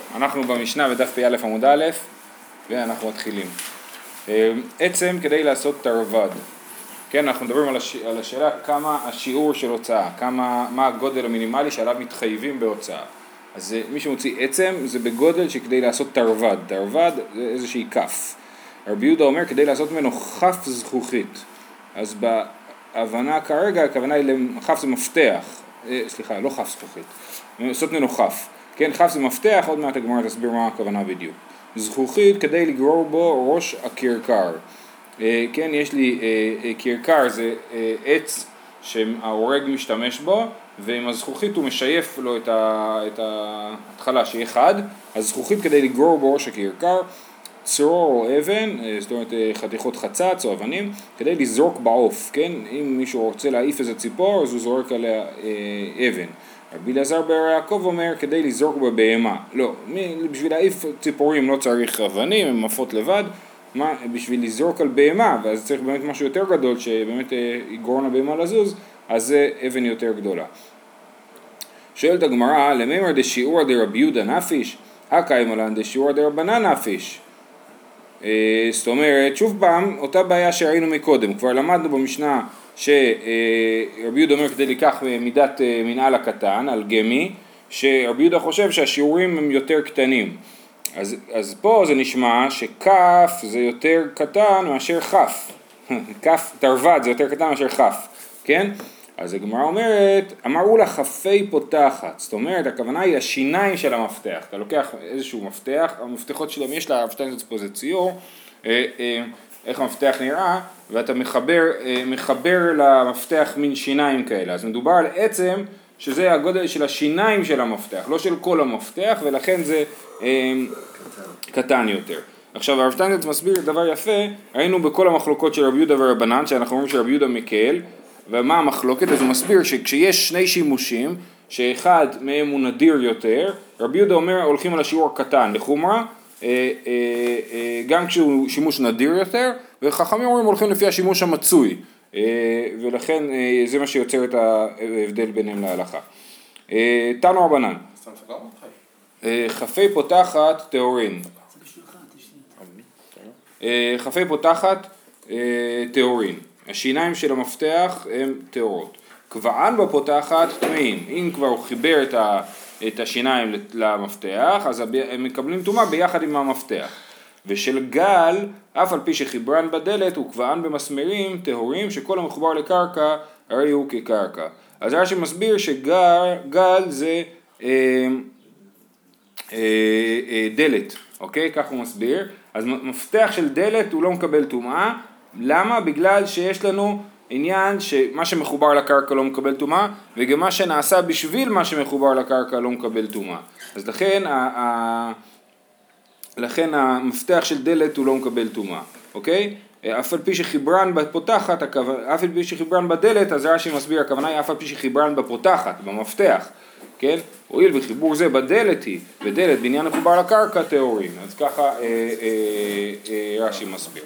אנחנו במשנה בדף פ"א עמוד א' ואנחנו מתחילים. עצם כדי לעשות תרווד. כן, אנחנו מדברים על השאלה כמה השיעור של הוצאה, מה הגודל המינימלי שעליו מתחייבים בהוצאה. אז מי שמוציא עצם זה בגודל שכדי לעשות תרווד. תרווד זה איזושהי כף. רבי יהודה אומר כדי לעשות ממנו כף זכוכית. אז בהבנה כרגע הכוונה היא לכף זה מפתח. סליחה, לא כף זכוכית. לעשות ממנו כף. כן, כף זה מפתח, עוד מעט הגמרא תסביר מה הכוונה בדיוק. זכוכית כדי לגרור בו ראש הכרכר. כן, יש לי כרכר, זה עץ שההורג משתמש בו, ועם הזכוכית הוא משייף לו את ההתחלה שיהיה חד, אז זכוכית כדי לגרור בו ראש הכרכר, צרור או אבן, זאת אומרת חתיכות חצץ או אבנים, כדי לזרוק בעוף, כן? אם מישהו רוצה להעיף איזה ציפור, אז הוא זורק עליה אבן. רבי אלעזר בר יעקב אומר כדי לזרוק בבהמה. לא, בשביל להעיף ציפורים לא צריך אבנים, הם עפות לבד. בשביל לזרוק על בהמה, ואז צריך באמת משהו יותר גדול שבאמת יגרון הבהמה לזוז, אז זה אבן יותר גדולה. שואלת הגמרא, למימר דשיעורא דרבי יהודה נפיש, הקיימא לן דשיעורא דרבנן נפיש. זאת אומרת, שוב פעם, אותה בעיה שראינו מקודם, כבר למדנו במשנה שרבי יהודה אומר כדי לקח מידת מנהל הקטן על גמי, שרבי יהודה חושב שהשיעורים הם יותר קטנים. אז פה זה נשמע שכף זה יותר קטן מאשר כף. כף תרווד זה יותר קטן מאשר כף, כן? אז הגמרא אומרת, אמרו לה כפי פותחת, זאת אומרת הכוונה היא השיניים של המפתח. אתה לוקח איזשהו מפתח, המפתחות שלהם יש לה, פה זה ציור, איך המפתח נראה, ואתה מחבר למפתח מין שיניים כאלה. אז מדובר על עצם שזה הגודל של השיניים של המפתח, לא של כל המפתח, ולכן זה קטן יותר. עכשיו הרב שטיינזלץ מסביר דבר יפה, ראינו בכל המחלוקות של רבי יהודה ורבנן, שאנחנו אומרים שרבי יהודה מקל, ומה המחלוקת? אז הוא מסביר שכשיש שני שימושים, שאחד מהם הוא נדיר יותר, רבי יהודה אומר הולכים על השיעור הקטן לחומרה, גם כשהוא שימוש נדיר יותר, וחכמים אומרים הולכים לפי השימוש המצוי, ולכן זה מה שיוצר את ההבדל ביניהם להלכה. תנו רבנן, כפי פותחת טהורין. כפי פותחת טהורין. השיניים של המפתח הם טהורות. קבען בפותחת טמאים. אם כבר הוא חיבר את השיניים למפתח, אז הם מקבלים טומאה ביחד עם המפתח. ושל גל, אף על פי שחיברן בדלת, הוא קבען במסמרים טהורים, שכל המחובר לקרקע הרי הוא כקרקע. אז רש"י מסביר שגל זה דלת, אוקיי? כך הוא מסביר. אז מפתח של דלת הוא לא מקבל טומאה. למה? בגלל שיש לנו עניין שמה שמחובר לקרקע לא מקבל טומאה, וגם מה שנעשה בשביל מה שמחובר לקרקע לא מקבל טומאה. אז לכן המפתח של דלת הוא לא מקבל טומאה, אוקיי? אף על פי שחיברן בפותחת, אף על פי שחיברן בדלת, אז רש"י מסביר, הכוונה היא אף על פי שחיברן בפותחת, במפתח, כן? הואיל וחיבור זה בדלת היא, ודלת בעניין מחובר לקרקע טהורים, אז ככה רש"י מסביר.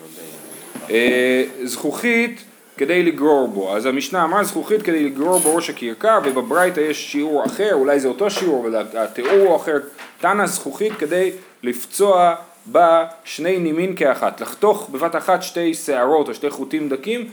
זכוכית כדי לגרור בו, אז המשנה אמרה זכוכית כדי לגרור בו ראש הכרכר, ובברייתא יש שיעור אחר, אולי זה אותו שיעור, אבל התיאור הוא אחר. תנא זכוכית כדי לפצוע בה שני נימין כאחת, לחתוך בבת אחת שתי שערות או שתי חוטים דקים,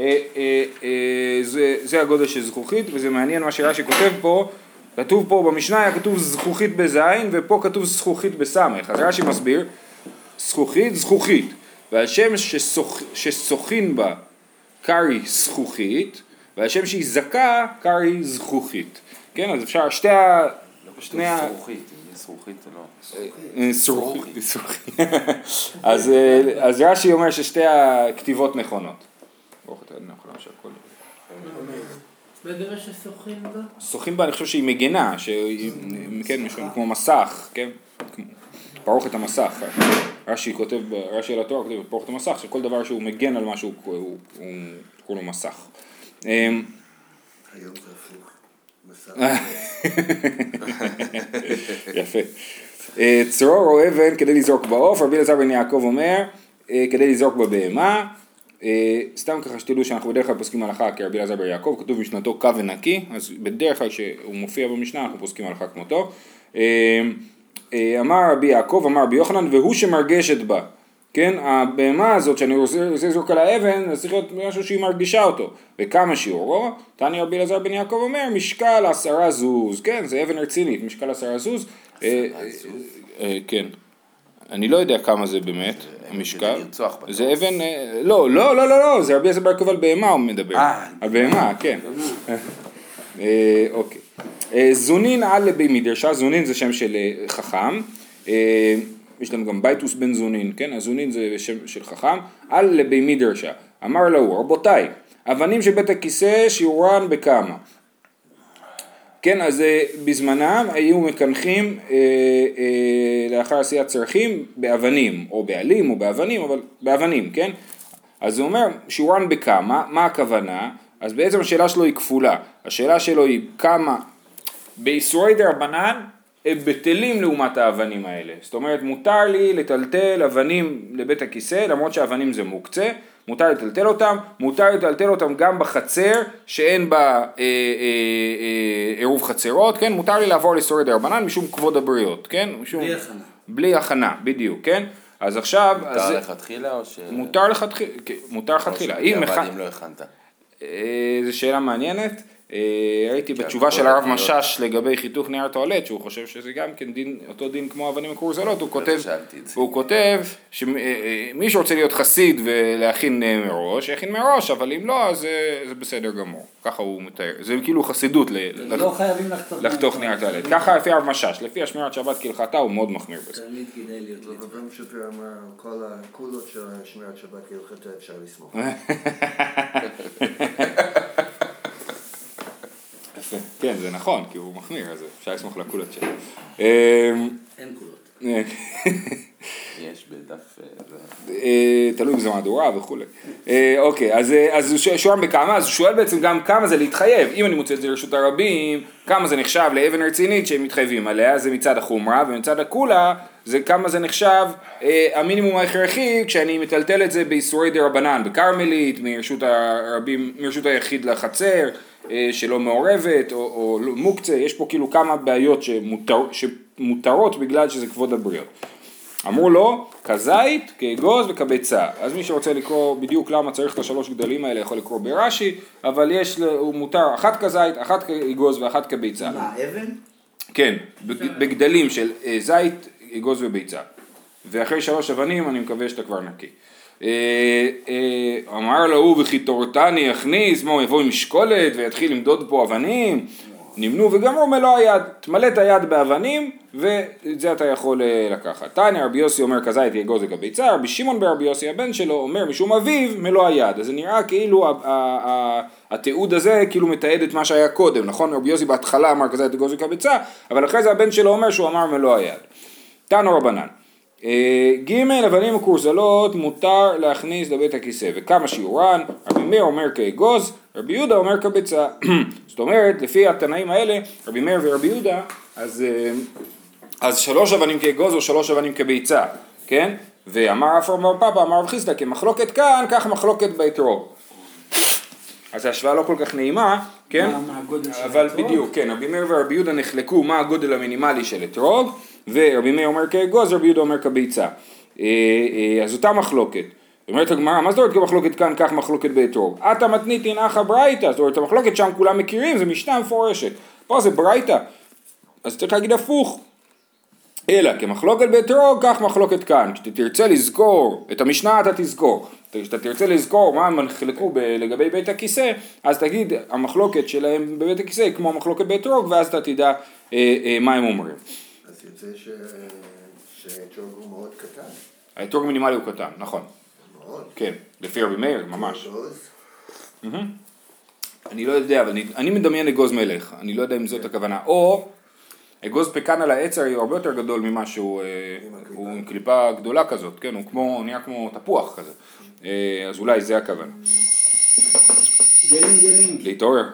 זה הגודל של זכוכית, וזה מעניין מה שרש"י כותב פה, כתוב פה במשנה היה כתוב זכוכית בזין, ופה כתוב זכוכית בסמך, אז רש"י מסביר, זכוכית, והשם שסוכין בה קרי זכוכית, והשם שהיא זכה קרי זכוכית. כן, אז אפשר שתי זכוכית או לא? זכוכית. אז רש"י אומר ששתי הכתיבות נכונות. ברוך אתה יודע, אנחנו נמשל כל מה דבר שסוכין בה? סוכין בה אני חושב שהיא מגנה, כן, כמו מסך, כן? פרוך את המסך. רש"י כותב, רש"י על התואר כותב, פרוך את המסך, שכל דבר שהוא מגן על משהו הוא קורא לו מסך. היום זה הפוך, מסך. יפה. צרור או אבן כדי לזרוק בעוף, רבי אלעזר בן יעקב אומר, כדי לזרוק בבהמה, סתם ככה שתדעו שאנחנו בדרך כלל פוסקים הלכה כרבי אלעזר בן יעקב, כתוב משנתו קו ונקי, אז בדרך כלל כשהוא מופיע במשנה אנחנו פוסקים הלכה כמותו. אמר רבי יעקב, אמר רבי יוחנן, והוא שמרגשת בה. כן, הבהמה הזאת שאני רוצה לזרוק על האבן, אז צריך להיות משהו שהיא מרגישה אותו. וכמה שיעורו? תני רבי אלעזר בן יעקב אומר, משקל 10 זוז. כן, זה אבן רצינית, משקל 10 זוז. 10 זוז? כן. אני לא יודע כמה זה באמת, המשקל. זה אבן, לא, זה רבי אלעזר בן יעקב על בהמה הוא מדבר. על בהמה, כן. אוקיי. זונין על לבי מדרשה, זונין זה שם של חכם. יש לנו גם בייטוס בן זונין, כן? הזונין זה שם של חכם. על לבי מדרשה. אמר לו, רבותיי, אבנים של בית הכיסא שיעורן בכמה. כן, אז בזמנם היו מקנחים לאחר עשיית צרכים באבנים, או בעלים או באבנים, אבל באבנים, כן? אז הוא אומר, שיעורן בכמה, מה הכוונה? אז בעצם השאלה שלו היא כפולה. השאלה שלו היא כמה, באיסורי דרבנן, הם בטלים לעומת האבנים האלה. זאת אומרת, מותר לי לטלטל אבנים לבית הכיסא, למרות שאבנים זה מוקצה, מותר לטלטל אותם, מותר לטלטל אותם גם בחצר, שאין בה עירוב חצרות, כן? מותר לי לעבור לאיסורי דרבנן משום כבוד הבריות, כן? משום... בלי הכנה. בלי הכנה, בדיוק, כן? אז עכשיו... מותר לכתחילה או ש... מותר לכתחילה. אם לא הכנת. זו שאלה מעניינת. ראיתי בתשובה של הרב משש לגבי חיתוך נייר טואלט, שהוא חושב שזה גם כן אותו דין כמו אבנים מקורזלות, הוא כותב שמי שרוצה להיות חסיד ולהכין מראש, יכין מראש, אבל אם לא, אז זה בסדר גמור. ככה הוא מתאר. זה כאילו חסידות לא חייבים לחתוך נייר טואלט. ככה לפי הרב משש, לפי השמירת שבת כהלכתה הוא מאוד מחמיר בזה. תמיד כדאי להיות ליטווה. רבם שפיר אמר, כל הקולות של שמירת שבת כהלכתה אפשר לסמוך. כן, זה נכון, כי הוא מחמיר, אז אפשר לסמוך לקולות שלו. אין קולות. יש בדף... תלוי בזה מהדורה וכו'. אוקיי, אז הוא שואל בכמה, אז הוא שואל בעצם גם כמה זה להתחייב. אם אני מוצא את זה לרשות הרבים, כמה זה נחשב לאבן רצינית שהם מתחייבים עליה, זה מצד החומרה, ומצד הכולה, זה כמה זה נחשב המינימום ההכרחי, כשאני מטלטל את זה באיסורי דרבנן, בקרמלית, מרשות היחיד לחצר, שלא מעורבת או לא מוקצה, יש פה כאילו כמה בעיות שמותרות בגלל שזה כבוד הבריות. אמרו לו, כזית, כאגוז וכביצה. אז מי שרוצה לקרוא בדיוק למה צריך את השלוש גדלים האלה יכול לקרוא ברש"י, אבל הוא מותר אחת כזית, אחת כאגוז ואחת כביצה. מה, אבן? כן, בגדלים של זית, אגוז וביצה. ואחרי 3 אבנים אני מקווה שאתה כבר נקי. אמר לו הוא וחיתורתני יכניס, מה הוא יבוא עם משקולת ויתחיל למדוד פה אבנים, נמנו וגמרו מלוא היד, תמלא את היד באבנים ואת זה אתה יכול לקחת. תניא רבי יוסי אומר כזית כאגוז וכביצה, רבי שמעון ברבי יוסי הבן שלו אומר משום אביו מלוא היד. אז זה נראה כאילו התיעוד הזה כאילו מתעד את מה שהיה קודם, נכון? רבי יוסי בהתחלה אמר כזית כאגוז וכביצה, אבל אחרי זה הבן שלו אומר שהוא אמר מלוא היד. תנו רבנן, ג' אבנים מקורזלות מותר להכניס לבית הכיסא וכמה שיעורן, רבי מאיר אומר כאגוז, רבי יהודה אומר כביצה. זאת אומרת לפי התנאים האלה רבי מאיר ורבי יהודה אז 3 אבנים כאגוז או 3 אבנים כביצה, כן? ואמר אפר אמר פאפה אמר רב חיסדא כמחלוקת כאן כך מחלוקת באתרוג. אז ההשוואה לא כל כך נעימה, כן? מה הגודל של אבל אתרוג? בדיוק, כן, רבי מאיר ורבי יהודה נחלקו מה הגודל המינימלי של אתרוג, ורבי מאיר אומר כאגוז, רבי יהודה אומר כביצה. אז אותה מחלוקת. אומרת הגמרא, מה זאת אומרת כמחלוקת כאן, כך מחלוקת באתרוג? אתה מתניתין אחא ברייתא, זאת אומרת המחלוקת שם כולם מכירים, זה משנה מפורשת. פה זה ברייתא, אז צריך להגיד הפוך. אלא כמחלוקת באתרוג, כך מחלוקת כאן. כשאתה תרצה לזכור, את המשנה אתה תזכור. כשאתה תרצה לזכור מה הם נחלקו לגבי בית הכיסא, אז תגיד המחלוקת שלהם בבית הכיסא כמו המחלוקת באתרוג, ואז אתה תדע מה הם אומרים. אז יוצא שהאתרוג הוא מאוד קטן. האתרוג המינימלי הוא קטן, נכון. מאוד. כן, לפי רבי מאיר, ממש. אגוז. אני לא יודע, אבל אני מדמיין אגוז מלך, אני לא יודע אם זאת הכוונה. או אגוז פקן על העצר הוא הרבה יותר גדול ממה שהוא, הוא עם קליפה גדולה כזאת, כן, הוא נהיה כמו תפוח כזה. אז אולי זה הכוונה. גלים. להתעורר.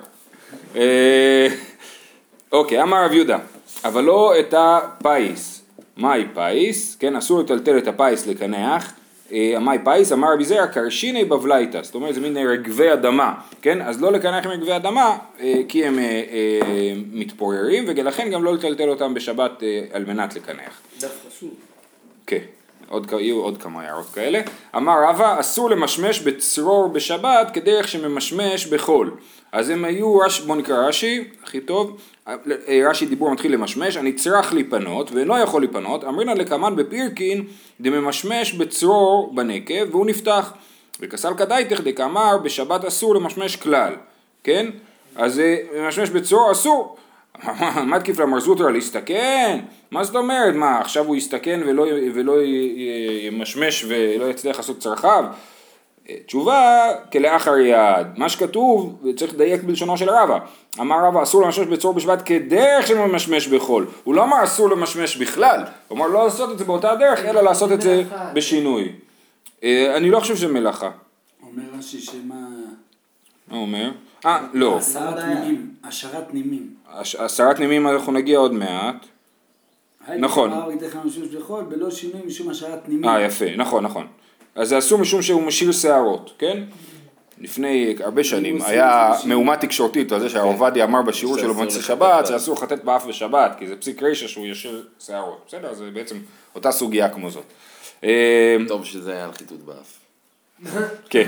אוקיי, אמר רב יהודה, אבל לא את הפייס. מהי פייס? כן, אסור לטלטל את הפייס לקנח, המאי פייס, אמר רבי זרע, קרשיני בבלייתא, זאת אומרת זה מין רגבי אדמה, כן? אז לא לקנח עם רגבי אדמה, כי הם מתפוררים, ולכן גם לא לטלטל אותם בשבת על מנת לקנח. דף חשוב. כן, יהיו עוד כמה הערות כאלה. אמר רבא, אסור למשמש בצרור בשבת כדרך שממשמש בחול. אז הם היו, בוא נקרא רש"י, הכי טוב, רש"י דיבור מתחיל למשמש, אני צריך להיפנות ואינו יכול להיפנות, אמרינן לקמן בפירקין דממשמש בצרור בנקב והוא נפתח. וכסל כדאיתך דקאמר בשבת אסור למשמש כלל, כן? אז למשמש בצרור אסור. מה תקיף למרזוטרה להסתכן? מה זאת אומרת? מה עכשיו הוא יסתכן ולא ימשמש ולא יצליח לעשות צרכיו? תשובה כלאחר יד, מה שכתוב צריך לדייק בלשונו של רבא. אמר רבא אסור למשמש בצרור בשבת כדרך שממשמש בחול, הוא לא אמר אסור למשמש בכלל, הוא אמר לא לעשות את זה באותה דרך אלא לעשות את זה בשינוי. אני לא חושב שזה מלאכה. אומר רש"י שמה... מה הוא אומר? לא. השארת נימים. השארת נימים אנחנו נגיע עוד מעט. נכון. בלא שינוי משום השארת נימים. יפה, נכון. אז זה אסור משום שהוא משאיר שערות, כן? לפני הרבה שנים היה מהומה תקשורתית על זה שהרב עובדיה אמר בשיעור שלו במוצאי שבת שאסור לחטט באף בשבת, כי זה פסיק רישא שהוא ישיר שערות. בסדר, זה בעצם אותה סוגיה כמו זאת. טוב שזה היה על חיטוט באף. כן.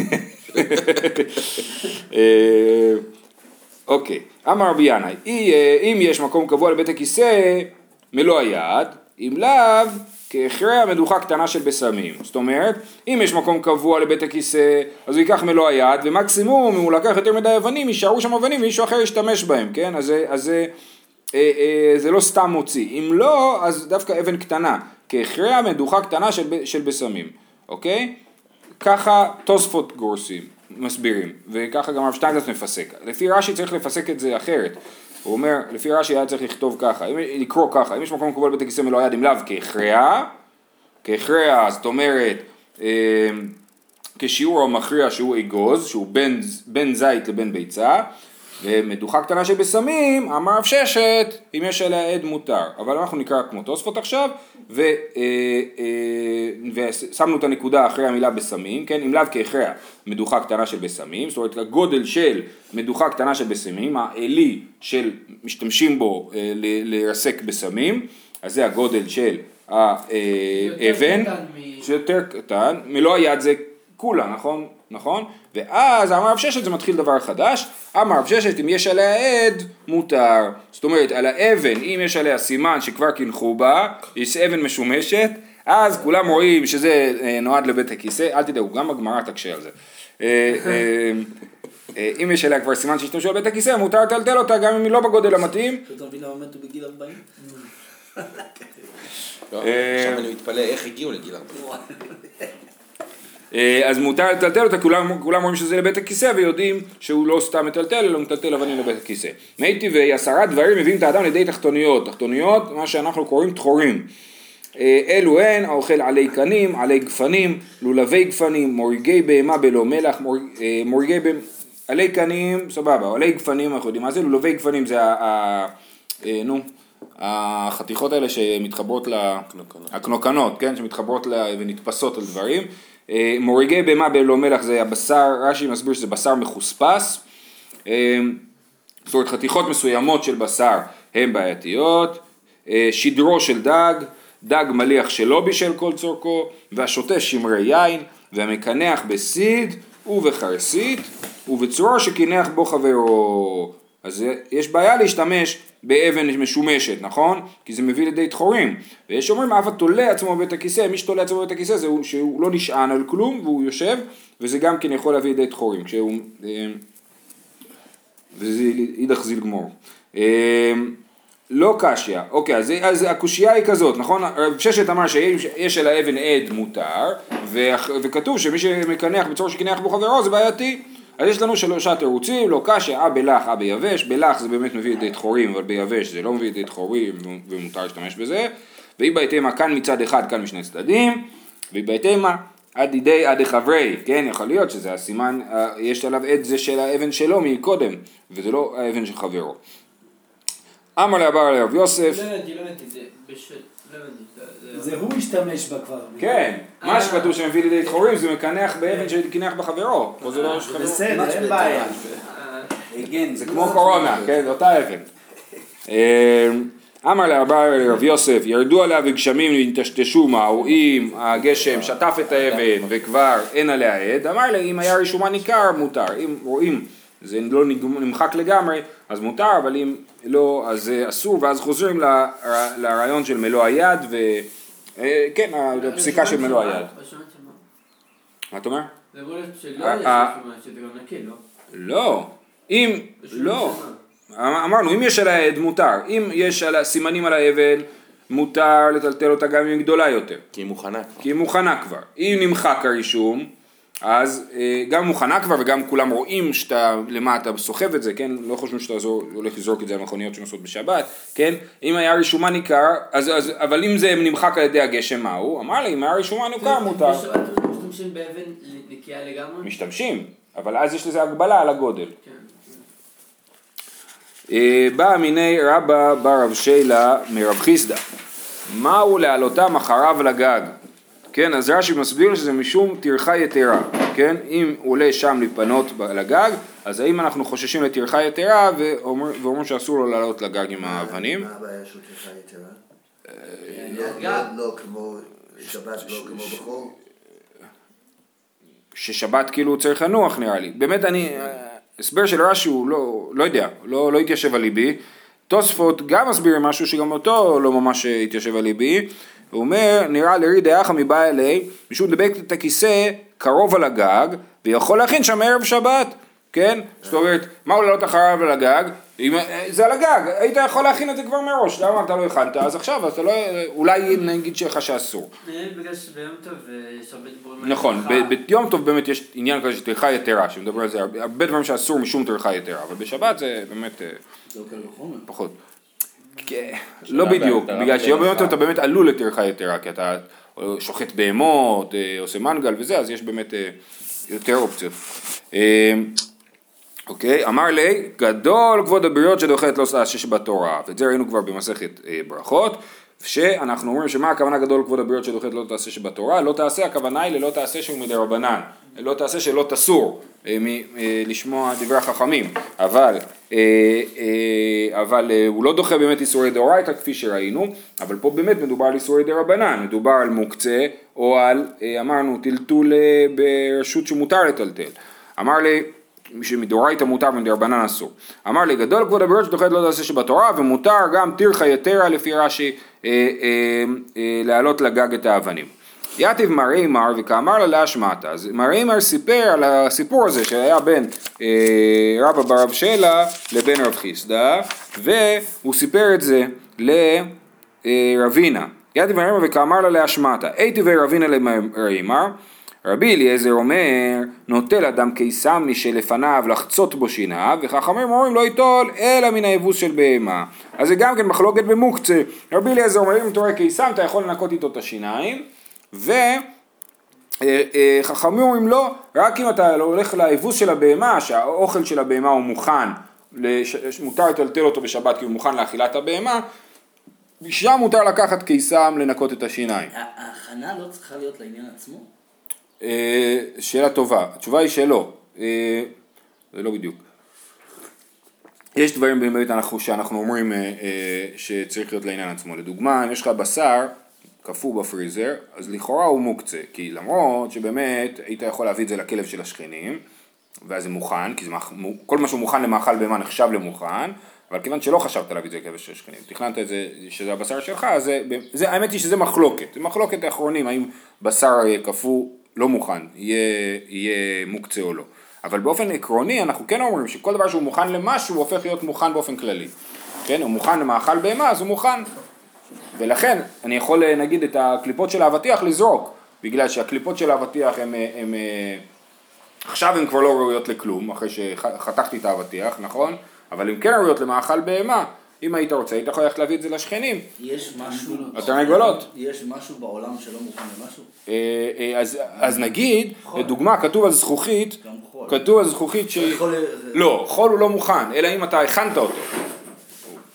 אוקיי, אמר רבי ינאי, אם יש מקום קבוע לבית הכיסא מלוא היד, אם לאו כהכרע מדוכה קטנה של בשמים. זאת אומרת, אם יש מקום קבוע לבית הכיסא, אז הוא ייקח מלוא היד, ומקסימום אם הוא לקח יותר מדי אבנים, יישארו שם אבנים ומישהו אחר ישתמש בהם, כן? אז זה לא סתם מוציא. אם לא, אז דווקא אבן קטנה, כהכרע מדוכה קטנה של בשמים, אוקיי? ככה תוספות גורסים, מסבירים, וככה גם הרב שטיינזלץ מפסק. לפי רש"י צריך לפסק את זה אחרת. הוא אומר, לפי רש"י היה צריך לכתוב ככה, לקרוא ככה, אם יש מקום קבוע לבית הכיסא מלוא היד עם לאו כהכרע, זאת אומרת, כשיעור המכריע שהוא אגוז, שהוא בין זית לבין ביצה, ומדוכה קטנה של בשמים, אמר רב ששת, אם יש עליה עד מותר. אבל אנחנו נקרא כמו תוספות עכשיו, ושמנו את הנקודה אחרי המילה בשמים, כן? אם לאו כהכרע, מדוכה קטנה של בשמים, זאת אומרת, הגודל של מדוכה קטנה של בשמים, האלי של משתמשים בו לרסק בשמים, אז זה הגודל של האבן, שיותר קטן, מלוא היד זה כולה, נכון? ואז אמר רב ששת זה מתחיל דבר חדש, אמר רב ששת אם יש עליה עד מותר, זאת אומרת על האבן אם יש עליה סימן שכבר קנחו בה, יש אבן משומשת, אז כולם רואים שזה נועד לבית הכיסא, אל תדעו, גם הגמרא תקשה על זה. אם יש עליה כבר סימן שהשתמשו על בית הכיסא, מותר לטלטל אותה גם אם היא לא בגודל המתאים. אתה מבין למה מתו בגיל 40? עכשיו אני מתפלא איך הגיעו לגיל 40. אז מותר לטלטל אותה, כולם רואים שזה לבית הכיסא ויודעים שהוא לא סתם מטלטל, אלא מטלטל אבנים לבית הכיסא. מייטי ו10 דברים מביאים את האדם לידי תחתוניות, תחתוניות, מה שאנחנו קוראים תחורים. אלו הן, האוכל עלי קנים, עלי גפנים, לולבי גפנים, מורגי בהמה בלא מלח, עלי קנים, סבבה, עלי גפנים אנחנו יודעים מה זה, לולבי גפנים זה החתיכות האלה שמתחברות הקנוקנות, כן, שמתחברות ונתפסות על דברים. מורגי בהמה בלא מלח זה הבשר, רש"י מסביר שזה בשר מחוספס, זאת אומרת חתיכות מסוימות של בשר הן בעייתיות, שדרו של דג מליח שלא בישל כל צורכו, והשותה שמרי יין, והמקנח בסיד ובחרסית ובצורה שקינח בו חברו. אז יש בעיה להשתמש באבן משומשת, נכון? כי זה מביא לידי תחורים. ויש אומרים, אף התולה עצמו בבית הכיסא, מי שתולה עצמו בבית הכיסא זה שהוא לא נשען על כלום והוא יושב, וזה גם כן יכול להביא לידי תחורים, וזה אידך זיל גמור. לא קשיא, אוקיי, אז הקושייה היא כזאת, נכון? רב ששת אמר שיש על האבן עד מותר, וכתוב שמי שמקנח בצורה שקינח בו חברו זה בעייתי. אז יש לנו 3 תירוצים, לא קשיא, בלח, ביבש, בלח זה באמת מביא לידי תחורים, אבל ביבש זה לא מביא לידי תחורים ומותר להשתמש בזה, והיא בהתאמה כאן מצד אחד, כאן משני צדדים, והיא בהתאמה עד ידי עד חברי, כן, יכול להיות שזה הסימן, יש עליו עד זה של האבן שלו מקודם, וזה לא האבן של חברו. אמר לאבר לרב יוסף, לא הבנתי, זה זה הוא השתמש בה כבר. כן, מה שכתוב שמביא לידי חורים זה מקנח באבן שקינח בחברו. פה זה לא שכתוב. בסדר, אין בעיה. זה כמו קורונה, כן, זה אותה אבן. אמר לרב יוסף, ירדו עליה וגשמים ונטשטשו מהרואים, הגשם שטף את האבן וכבר אין עליה עד, אמר לה אם היה רישומה ניכר מותר, אם רואים זה לא נמחק לגמרי אז מותר, אבל אם לא אז אסור, ואז חוזרים לרעיון של מלוא היד וכן, הפסיקה של מלוא היד. מה אתה אומר? זה יכול להיות שלא יש רישומה, שזה גם נקי, לא? לא, אם, לא. אמרנו, אם יש על העד מותר, אם יש על הסימנים על האבן מותר לטלטל אותה גם אם היא גדולה יותר. כי היא מוכנה. כי היא מוכנה כבר. אם נמחק הרישום, אז גם מוכנה כבר וגם כולם רואים שאתה למטה סוחב את זה, כן? לא חושבים שאתה הולך לזרוק את זה על מכוניות שנוסעות בשבת, כן? אם היה רישומה ניכר, אבל אם זה נמחק על ידי הגשם מהו? אמר לי, אם היה רישומה ניכר מותר. משתמשים באבן נקייה לגמרי? משתמשים, אבל אז יש לזה הגבלה על הגודל. כן. בא מיני רבא בר רב שילה מרב חיסדא, מהו להעלותם אחריו לגג? כן, אז רש"י מסביר שזה משום טרחה יתרה, כן? אם הוא עולה שם לפנות לגג, אז האם אנחנו חוששים לטרחה יתרה ואומרים שאסור לו לעלות לגג עם האבנים? מה הבעיה של טרחה יתרה? לא כמו שבת, לא כמו בחול? ששבת כאילו צריך לנוח נראה לי. באמת אני... הסבר של רש"י הוא לא יודע, לא התיישב על ליבי. תוספות גם מסביר משהו שגם אותו לא ממש התיישב על ליבי. הוא אומר, נראה לרי דאחא מבא אלי, משום דבק את הכיסא קרוב על הגג, ויכול להכין שם ערב שבת, כן? זאת אומרת, מה הוא לעלות אחריו על הגג? זה על הגג, היית יכול להכין את זה כבר מראש, למה אתה לא הכנת? אז עכשיו, אתה לא, אולי נגיד שלך שאסור. בגלל שביום טוב יש הרבה דברים... נכון, ביום טוב באמת יש עניין כזה של טרחה יתרה, שמדבר על זה, הרבה דברים שאסור משום טרחה יתרה, אבל בשבת זה באמת פחות. לא בדיוק, בגלל שיום ביום טוב אתה באמת עלול לטרחה יתרה, כי אתה שוחט בהמות, עושה מנגל וזה, אז יש באמת יותר אופציות. אוקיי, אמר לי, גדול כבוד הבריות שדוחת לא תעשה שבתורה, ואת זה ראינו כבר במסכת ברכות, שאנחנו אומרים שמה הכוונה גדול כבוד הבריות שדוחת לא תעשה שבתורה, לא תעשה, הכוונה היא ללא תעשה שהוא מדי רבנן, לא תעשה שלא תסור, לשמוע דברי החכמים, אבל הוא לא דוחה באמת איסורי דאורייתא כפי שראינו, אבל פה באמת מדובר על איסורי דרבנן, מדובר על מוקצה, או על, אמרנו, טלטול ברשות שמותר לטלטל. אמר לי, שמדאורייתא מותר ומדרבנן אסור. אמר לי, גדול כבוד הבריות שדוחת לא תעשה שבתורה, ומותר גם טרחה יתרה לפי רש"י להעלות לגג את האבנים. יתיב מרי מר וכאמר לה להשמעתה. אז מרי מר סיפר על הסיפור הזה שהיה בין רבא בר רב שילה לבין רב חיסדא, והוא סיפר את זה לרבינה. יתיב מרי מר וכאמר לה להשמעתה. איתיב רבינה למרי מר, רבי אליעזר אומר, נוטל אדם קיסם משלפניו לחצות בו שיניו, וחכמים אומרים לא ייטול אלא מן היבוס של בהמה. אז זה גם כן מחלוקת במוקצה. רבי אליעזר אומר, אם אתה רואה קיסם אתה יכול לנקות איתו את השיניים, וחכמים אומרים לא, רק אם אתה הולך ליבוס של הבהמה, שהאוכל של הבהמה הוא מוכן, מותר לטלטל אותו בשבת כי הוא מוכן לאכילת הבהמה, שם מותר לקחת קיסם לנקות את השיניים. ההכנה לא צריכה להיות לעניין עצמו? שאלה טובה, התשובה היא שלא, זה לא בדיוק. יש דברים באמת שאנחנו אומרים שצריך להיות לעניין עצמו. לדוגמה, אם יש לך בשר קפוא בפריזר, אז לכאורה הוא מוקצה, כי למרות שבאמת היית יכול להביא את זה לכלב של השכנים, ואז זה מוכן, כי כל מה שהוא מוכן למאכל בהמה נחשב למוכן, אבל כיוון שלא חשבת להביא את זה לכלב של השכנים, תכננת את זה שזה הבשר שלך, אז האמת היא שזה מחלוקת, זה מחלוקת האחרונים, האם בשר קפוא לא מוכן, יהיה מוקצה או לא. אבל באופן עקרוני אנחנו כן אומרים שכל דבר שהוא מוכן למשהו הוא הופך להיות מוכן באופן כללי. כן, הוא מוכן למאכל בהמה, אז הוא מוכן. ולכן אני יכול נגיד את הקליפות של האבטיח לזרוק, בגלל שהקליפות של האבטיח הם עכשיו הן כבר לא ראויות לכלום, אחרי שחתכתי את האבטיח, נכון? אבל הן כן ראויות למאכל בהמה. אם היית רוצה, היית יכול ללכת להביא את זה לשכנים. יש משהו... התרנגולות. יש משהו בעולם שלא מוכן למשהו? אז נגיד, לדוגמה, כתוב על זכוכית, לא, חול הוא לא מוכן, אלא אם אתה הכנת אותו.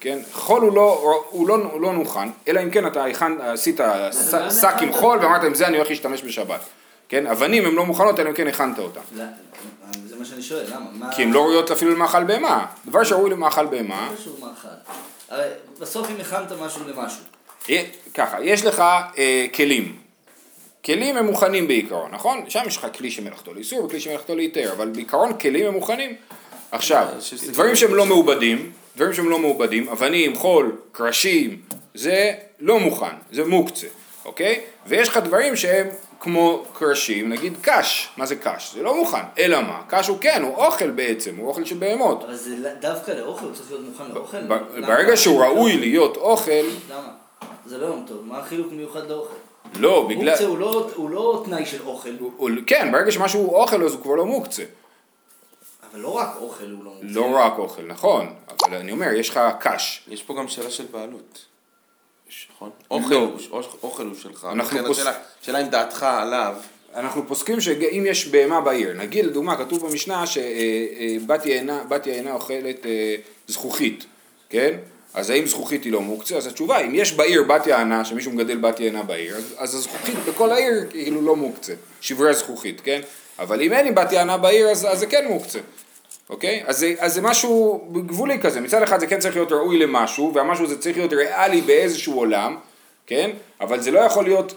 כן? חול הוא לא מוכן, אלא אם כן אתה עשית שק עם חול ואמרת עם זה אני הולך להשתמש בשבת. כן? אבנים הן לא מוכנות, אלא אם כן הכנת אותן. זה מה שאני שואל, למה? כי הן לא ראויות אפילו למאכל בהמה. דבר שראוי למאכל בהמה. לא קשור מאכל. הרי בסוף אם הכנת משהו למשהו. ככה, יש לך כלים. כלים הם מוכנים בעיקרון, נכון? שם יש לך כלי שמלאכתו לאיסור וכלי שמלאכתו להיתר, אבל בעיקרון כלים הם מוכנים. עכשיו, דברים שהם לא מעובדים, אבנים, חול, קרשים, זה לא מוכן, זה מוקצה, אוקיי? ויש לך דברים שהם כמו קרשים, נגיד קש, מה זה קש? זה לא מוכן, אלא מה? קש הוא כן, הוא אוכל בעצם, הוא אוכל של בהמות. אבל זה דווקא לאוכל, הוא צריך להיות מוכן לאוכל? ברגע שהוא ראוי להיות אוכל... למה? זה לא יום טוב, מה החילוק מיוחד לאוכל? לא, בגלל... מוקצה הוא לא תנאי של אוכל. כן, ברגע שמשהו הוא אוכל, אז הוא כבר לא מוקצה. אבל לא רק אוכל הוא לא מוקצה. לא רק אוכל, נכון. אבל אני אומר, יש לך קש. יש פה גם שאלה של בעלות. נכון? אוכל הוא שלך. שאלה אם דעתך עליו. אנחנו פוסקים שאם יש בהמה בעיר, נגיד לדוגמה, כתוב במשנה שבת יענה אוכלת זכוכית, כן? אז האם זכוכית היא לא מוקצה? אז התשובה, אם יש בעיר בת יענה, שמישהו מגדל בת יענה בעיר, אז הזכוכית בכל העיר כאילו לא מוקצה, שברי הזכוכית, כן? אבל אם אין בת יענה בעיר, אז זה כן מוקצה, אוקיי? אז זה משהו גבולי כזה, מצד אחד זה כן צריך להיות ראוי למשהו, והמשהו זה צריך להיות ריאלי באיזשהו עולם, כן? אבל זה לא יכול להיות,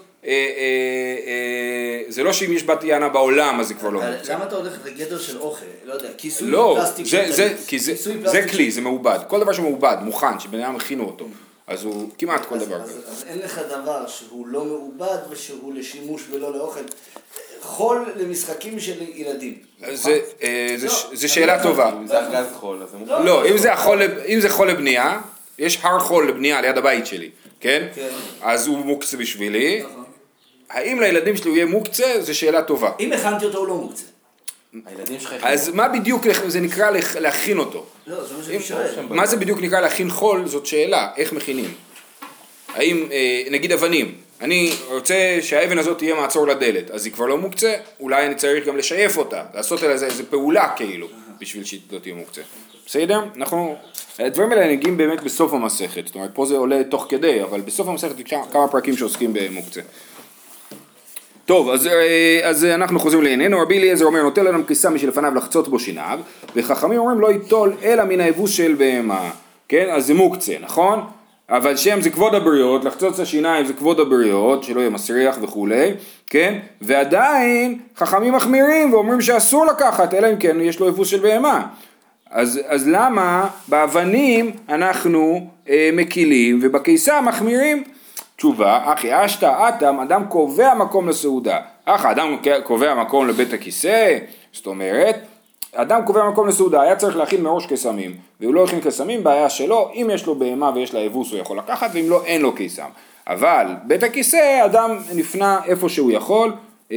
זה לא שאם יש בת יענה בעולם, אז זה כבר לא מוקצה. למה אתה הולך לגדר של אוכל? לא יודע, כיסוי פלסטיק כי זה כלי, זה מעובד. כל דבר שמעובד, מוכן, שבן אדם הכינו אותו, אז הוא כמעט כל דבר כזה. אז אין לך דבר שהוא לא מעובד ושהוא לשימוש ולא לאוכל. חול למשחקים של ילדים. זה שאלה טובה. אם זה ארגז חול, אז זה מוכן. לא, אם זה חול לבנייה, יש הר חול לבנייה ליד הבית שלי, כן? אז הוא מוקצה בשבילי. האם לילדים שלי הוא יהיה מוקצה? זו שאלה טובה. אם הכנתי אותו הוא לא מוקצה. הילדים שלך... אז מה בדיוק זה נקרא להכין אותו? לא, זה מה שאני שואל. מה זה בדיוק נקרא להכין חול? זאת שאלה, איך מכינים? האם, נגיד אבנים, אני רוצה שהאבן הזאת תהיה מעצור לדלת, אז היא כבר לא מוקצה, אולי אני צריך גם לשייף אותה, לעשות עליה איזה פעולה כאילו, בשביל שהיא לא תהיה מוקצה. בסדר? הדברים האלה נגיעים באמת בסוף המסכת, זאת אומרת, פה זה עולה תוך כדי, אבל בסוף המסכת כמה פרקים שעוסקים במוקצה. טוב, אז אנחנו חוזרים לענייננו. רבי אליעזר אומר, נוטל לנו כיסה משלפניו לחצות בו שיניו, וחכמים אומרים לא ייטול אלא מן היבוס של בהמה, כן? אז זה מוקצה, נכון? אבל שם זה כבוד הבריות, לחצות את השיניים זה כבוד הבריות, שלא יהיה מסריח וכולי, כן? ועדיין חכמים מחמירים ואומרים שאסור לקחת, אלא אם כן יש לו יבוס של בהמה. אז למה באבנים אנחנו מקילים ובכיסה מחמירים? תשובה, אחי אשתא אטם, אדם קובע מקום לסעודה. אדם קובע מקום לבית הכיסא, זאת אומרת, אדם קובע מקום לסעודה, היה צריך להכין מראש קסמים, והוא לא הכין קסמים, בעיה שלו, אם יש לו בהמה ויש לה יבוס הוא יכול לקחת, ואם לא, אין לו קיסם. אבל בית הכיסא, אדם נפנה איפה שהוא יכול,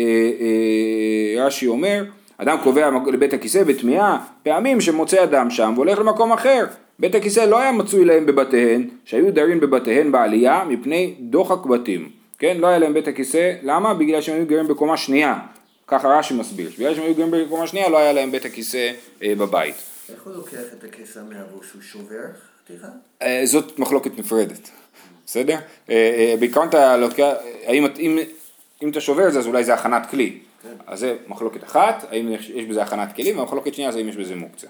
רש"י אומר, אדם קובע לבית הכיסא בתמיהה, פעמים שמוצא אדם שם והולך למקום אחר. בית הכיסא לא היה מצוי להם בבתיהן, שהיו דרים בבתיהן בעלייה מפני דוחק בתים. כן, לא היה להם בית הכיסא, למה? בגלל שהם היו גרים בקומה שנייה. ככה רש"י מסביר, בגלל שהם היו גרים בקומה שנייה לא היה להם בית הכיסא בבית. איך הוא לוקח את הכיסא מהבוס? הוא שובר חתיכה? זאת מחלוקת נפרדת, בסדר? בעיקרון אתה לוקח, אם אתה שובר את זה אז אולי זה הכנת כלי. אז זה מחלוקת אחת, האם יש בזה הכנת כלים, והמחלוקת שנייה זה האם יש בזה מוקצה.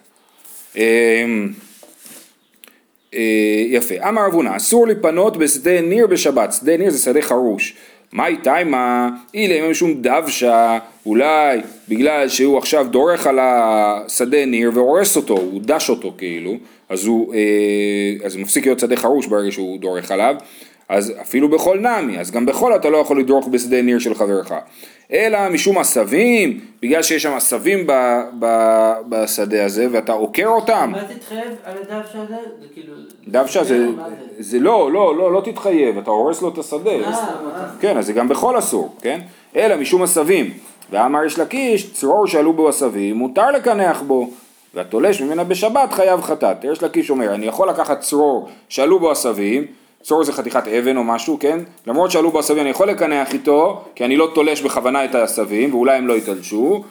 יפה, אמר רב הונא, אסור לפנות בשדה ניר בשבת, שדה ניר זה שדה חרוש. מה איתה מה? אילה אם משום דבשה, אולי בגלל שהוא עכשיו דורך על השדה ניר והורס אותו, הוא דש אותו כאילו, אז הוא מפסיק להיות שדה חרוש ברגע שהוא דורך עליו, אז אפילו בכל נמי, אז גם בכל אתה לא יכול לדרוך בשדה ניר של חברך. אלא משום עשבים, בגלל שיש שם עשבים בשדה הזה ואתה עוקר אותם. מה תתחייב על הדבשה הזה? זה כאילו... דבשה זה לא תתחייב, אתה הורס לו את השדה. כן, אז זה גם בכל אסור, כן? אלא משום עשבים. ואמר יש לקיש, צרור שעלו בו עשבים, מותר לקנח בו. והתולש ממנה בשבת חייב חטאת. יש לקיש אומר, אני יכול לקחת צרור שעלו בו עשבים, צרור זה חתיכת אבן או משהו, כן? למרות שעלו בו עשבים אני יכול לקנח איתו, כי אני לא תולש בכוונה את העשבים, ואולי הם לא יתלשו,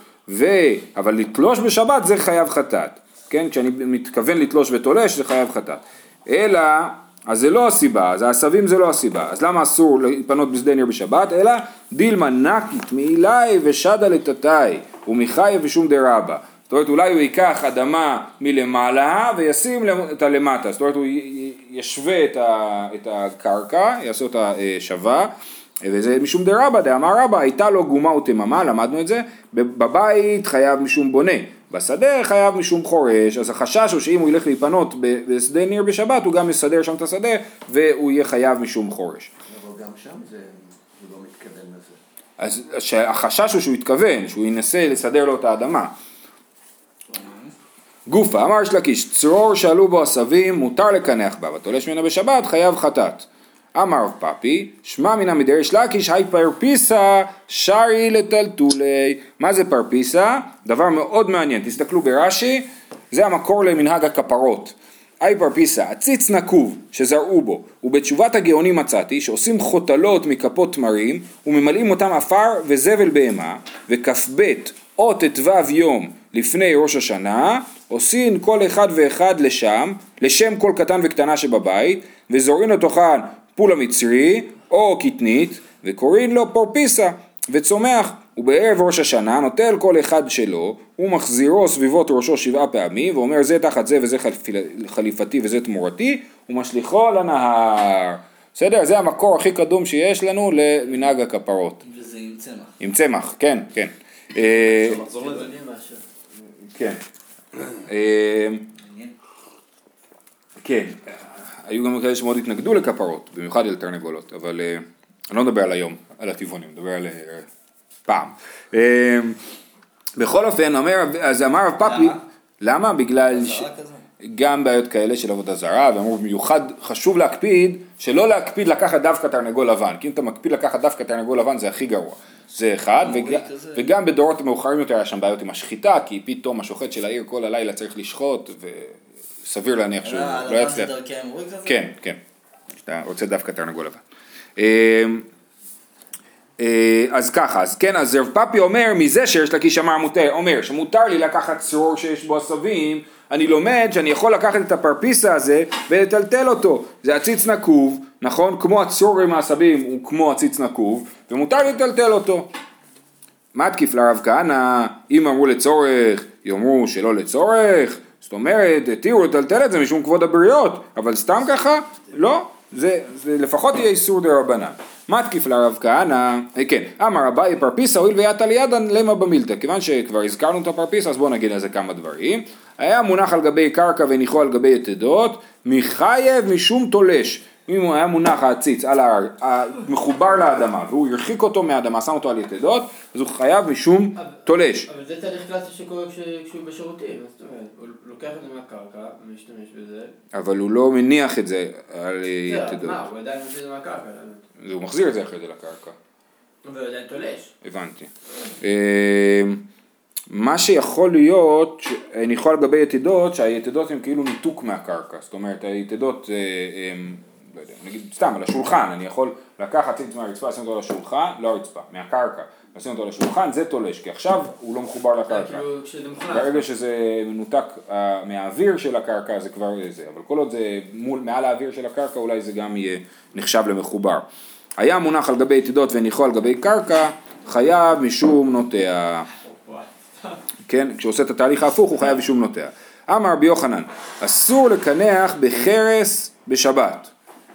אבל לתלוש בשבת זה חייב חטאת, כן? כשאני מתכוון לתלוש ותולש זה חייב חטאת. אלא, אז זה לא הסיבה, אז העשבים זה לא הסיבה, אז למה אסור להתפנות בשדה ניר בשבת? אלא דילמה נקית מאילי ושדה לטאטאי ומחי ושום דרבה. זאת אומרת, אולי הוא ייקח אדמה מלמעלה וישים אותה למטה, זאת אומרת, הוא ישווה את הקרקע, יעשה אותה שווה, וזה משום דרבה, דאמר רבה, הייתה לו גומה ותממה, למדנו את זה, בבית חייב משום בונה, בשדה חייב משום חורש, אז החשש הוא שאם הוא ילך להיפנות בשדה ניר בשבת, הוא גם יסדר שם את השדה, והוא יהיה חייב משום חורש. אבל גם שם הוא לא מתכוון לזה. אז החשש הוא שהוא יתכוון, שהוא ינסה לסדר לו את האדמה. גופה, אמר שלקיש, צרור שעלו בו עשבים, מותר לקנח בה, ותולש ממנה בשבת, חייב חטאת. אמר פאפי, שמע מנה מדרש לקיש, היי פרפיסה, שרי לטלטולי. מה זה פרפיסה? דבר מאוד מעניין, תסתכלו ברש"י, זה המקור למנהג הכפרות. היי פרפיסה, עציץ נקוב שזרעו בו, ובתשובת הגאונים מצאתי, שעושים חוטלות מכפות תמרים, וממלאים אותם עפר וזבל בהמה, וכ"ב או ט"ו יום לפני ראש השנה, עושים כל אחד ואחד לשם כל קטן וקטנה שבבית, וזורעים לתוכן פול המצרי או קטנית, וקוראים לו פרפיסה, וצומח, ובערב ראש השנה נוטל כל אחד שלו, ומחזירו סביבות ראשו 7 פעמים, ואומר זה תחת זה וזה חליפתי וזה תמורתי, ומשליחו לנהר. בסדר? זה המקור הכי קדום שיש לנו למנהג הכפרות. וזה עם צמח. עם צמח, כן, כן. כן. כן. היו גם כאלה שמאוד התנגדו לכפרות, במיוחד על תרנגולות, אבל אני לא מדבר על היום, על הטבעונים, מדבר על פעם. בכל אופן, אז אמר רב פאפי, למה? בגלל גם בעיות כאלה של עבודה זרה, ואמרו במיוחד חשוב להקפיד, שלא להקפיד לקחת דווקא תרנגול לבן, כי אם אתה מקפיד לקחת דווקא תרנגול לבן זה הכי גרוע. זה אחד, וגם בדורות מאוחרים יותר היה שם בעיות עם השחיטה, כי פתאום השוחט של העיר כל הלילה צריך לשחוט, וסביר להניח שהוא לא יצליח. כן, כן, שאתה רוצה דווקא תרנגול לבן. אז ככה, אז כן, אז רב פאפי אומר, מזה שיש לקיש אמר מותר, אומר שמותר לי לקחת צרור שיש בו עשבים, אני לומד שאני יכול לקחת את הפרפיסה הזה ולטלטל אותו, זה עציץ נקוב, נכון? כמו הצרור עם העשבים הוא כמו עציץ נקוב, ומותר לי לטלטל אותו. מה תקיף לרב כהנא? אם אמרו לצורך, יאמרו שלא לצורך, זאת אומרת, תראו לטלטל את זה משום כבוד הבריות, אבל סתם ככה? לא, זה לפחות יהיה איסור דרבנן. מה תקיף לרב כהנא? כן, אמר אביי פרפיסה הואיל ויית על ידן למה במילתא, כיוון שכבר הזכרנו את הפרפיסה אז בואו נגיד על זה כמה דברים. היה מונח על גבי קרקע וניחו על גבי יתדות, מחייב משום תולש. אם הוא היה מונח העציץ על מחובר לאדמה והוא הרחיק אותו מהאדמה, שם אותו על יתדות, אז הוא חייב משום תולש. אבל זה תהליך קלאסי שקורה כשהוא בשירותים, זאת אומרת, הוא לוקח את זה מהקרקע ומשתמש בזה. אבל הוא לא מניח את זה על יתדות. מה, הוא עדיין מוציא את זה מהקרקע. הוא מחזיר את זה אחרי זה לקרקע. אבל הוא עדיין תולש. הבנתי. מה שיכול להיות, אני יכול לגבי יתדות, שהיתדות הן כאילו ניתוק מהקרקע, זאת אומרת, היתדות, לא יודע, נגיד סתם, על השולחן, אני יכול לקחת עציץ מהרצפה, לשים אותו על השולחן, לא הרצפה, מהקרקע, לשים אותו על השולחן, זה תולש, כי עכשיו הוא לא מחובר לקרקע. ברגע שזה מנותק מהאוויר של הקרקע, זה כבר זה, אבל כל עוד זה מעל האוויר של הקרקע, אולי זה גם יהיה נחשב למחובר. היה מונח על גבי יתדות וניחו על גבי קרקע, חייב משום נוטע. כן, כשעושה את התהליך ההפוך הוא חייב משום נוטע. אמר רבי יוחנן, אסור לקנח בחרס בשבת.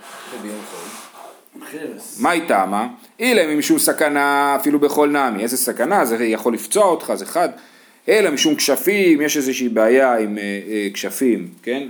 מה היא טעמה? אלא משום סכנה אפילו בכל נמי. איזה סכנה? זה יכול לפצוע אותך, זה חד. אלא משום כשפים, יש איזושהי בעיה עם כשפים, כן?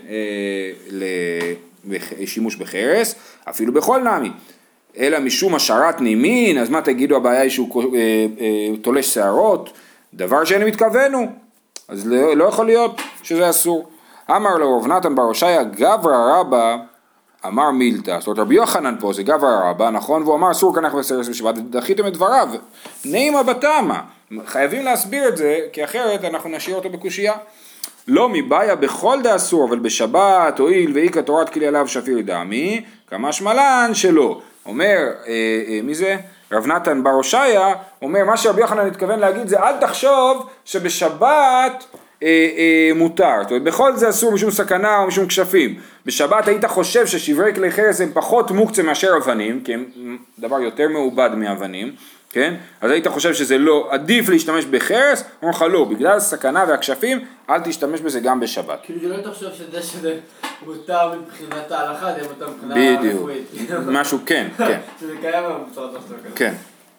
לשימוש בחרס, אפילו בכל נמי. אלא משום השרת נימין, אז מה תגידו, הבעיה היא שהוא תולש שערות? דבר שאין מתכוונו, אז לא יכול להיות שזה אסור. אמר לו רב נתן בר הושעיה גברא רבא אמר מילתא, זאת אומרת רבי יוחנן פה זה גברא רבא, נכון? והוא אמר אסור לקנח בחרס בשבת, דחיתם את דבריו, נימא בתמא, חייבים להסביר את זה, כי אחרת אנחנו נשאיר אותו בקושייה. לא מבעיה בכל דאסור, אבל בשבת הואיל ואיכא תורת כלי עליו שפיר דמי, כמה שמלן שלא. אומר, מי זה? רב נתן בר הושעיה אומר, מה שרבי יוחנן התכוון להגיד זה, אל תחשוב שבשבת מותר, זאת אומרת בכל זה אסור משום סכנה או משום כשפים. בשבת היית חושב ששברי כלי חרס הם פחות מוקצה מאשר אבנים, כי הם דבר יותר מעובד מאבנים, כן? אז היית חושב שזה לא עדיף להשתמש בחרס, אומר לך לא, בגלל הסכנה והכשפים אל תשתמש בזה גם בשבת. כאילו שלא תחשוב שזה מותר מבחינת ההלכה, זה מותר מבחינה רפואית. משהו, כן, כן. שזה קיים בצורת הסתר כזה. כן.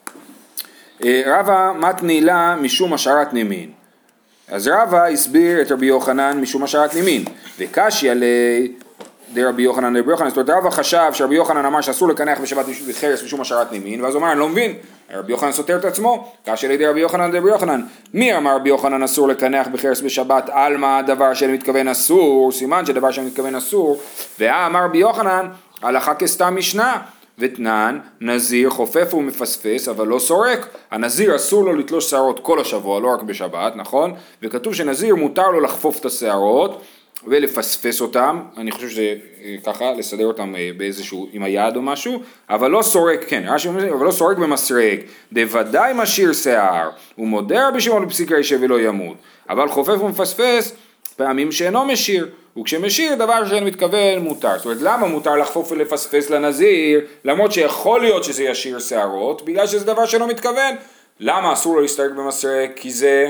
רבא מתני לה משום השארת נימין. אז רבא הסביר את רבי יוחנן משום השארת נימין. וקשיא דרבי יוחנן דרבי יוחנן, זאת אומרת רבא חשב שרבי יוחנן אמר שאסור לקנח בשבת בחרס משום השארת נימין, ואז הוא אמר אני לא מבין, רבי יוחנן סותר את עצמו. קשיא לדרבי יוחנן דרבי יוחנן, מי אמר רבי יוחנן אסור לקנח בחרס בשבת, עלמא דבר שאני מתכוון אסור, סימן שדבר שאני מתכוון אסור, ואמר רבי יוחנן הלכה כסתם משנה, ותנן, נזיר חופף ומפספס אבל לא סורק. הנזיר אסור לו לתלוש שערות כל השבוע, לא רק בשבת, נכון? וכתוב שנזיר מותר לו לחפוף את השערות ולפספס אותם, אני חושב שזה ככה, לסדר אותם באיזשהו, עם היד או משהו, אבל לא סורק, כן, אבל לא סורק במסרק, דוודאי משאיר שיער, הוא מודה רבי שמעון בפסיק רישא ולא ימות, אבל חופף ומפספס פעמים שאינו משאיר, וכשמשאיר דבר שאין מתכוון מותר. זאת אומרת, למה מותר לחפוף ולפספס לנזיר, למרות שיכול להיות שזה ישאיר שערות, בגלל שזה דבר שאינו מתכוון. למה אסור לו להסתרק במסרק? כי זה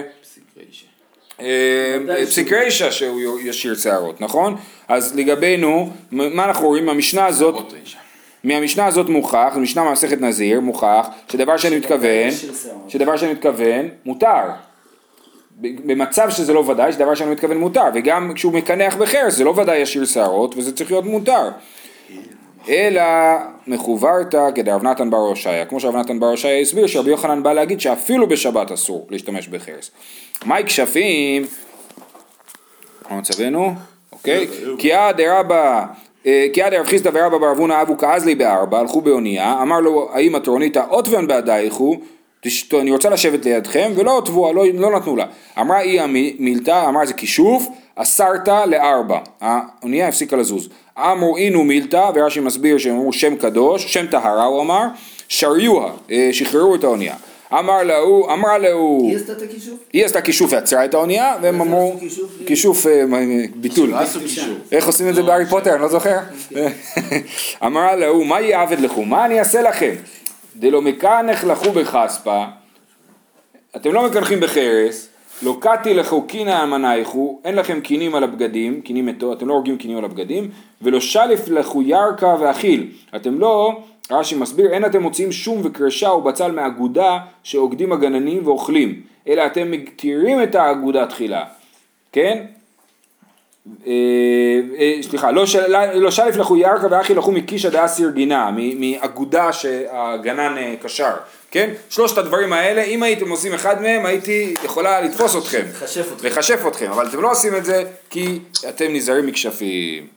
פסיק רישא שהוא ישאיר שערות, נכון? אז לגבינו, מה אנחנו רואים מהמשנה הזאת? מהמשנה הזאת מוכח, המשנה ממסכת נזיר, מוכח שדבר שאני מתכוון מותר. במצב שזה לא ודאי, שדבר שאני מתכוון מותר, וגם כשהוא מקנח בחרס זה לא ודאי ישאיר שערות וזה צריך להיות מותר. אלא מחוברתא כדרב נתן בר הושעיה, כמו שרב נתן בר הושעיה הסביר שרבי יוחנן בא להגיד שאפילו בשבת אסור להשתמש בחרס. מהי כשפים? מה מצבנו? אוקיי? כי עד רב חיסדא ורבא בר אבונה אבו כאזלי בארבע, הלכו באונייה, אמר לו האמא תורניתא עוטבן בעדייכו, אני רוצה לשבת לידכם ולא עטבוה, לא נתנו לה. אמרה אי המילתא, אמרה זה כישוף, אסרת לארבע, האונייה הפסיקה לזוז. אמרו אינו מילתא, ורש"י מסביר שהם אמרו שם קדוש, שם טהרה הוא אמר, שריוה, שחררו את האונייה. אמרה לו, היא עשתה כישוף ועצרה את האונייה, והם אמרו, כישוף ביטול. איך עושים את זה בהארי פוטר, אני לא זוכר. אמרה לו, מה יעבד לכו, מה אני אעשה לכם? דלא מקנח לכו בחספא, אתם לא מקנחים בחרס, לא קטי לכו קינה אמנייכו, אין לכם קינים על הבגדים, קינים מתו, אתם לא הורגים קינים על הבגדים, ולא שלף לכו ירקה ואכיל, אתם לא, רש"י מסביר, אין אתם מוציאים שום וקרשה ובצל מהאגודה שעוקדים הגננים ואוכלים, אלא אתם מתירים את האגודה תחילה, כן? סליחה, לא שלף לכו ירקה ואכיל לכו מקישא דאסיר גינה, מאגודה שהגנן קשר, כן? שלושת הדברים האלה, אם הייתם עושים אחד מהם, הייתי יכולה לתפוס אתכם, לחשף אתכם, אבל אתם לא עושים את זה כי אתם נזהרים מכשפים.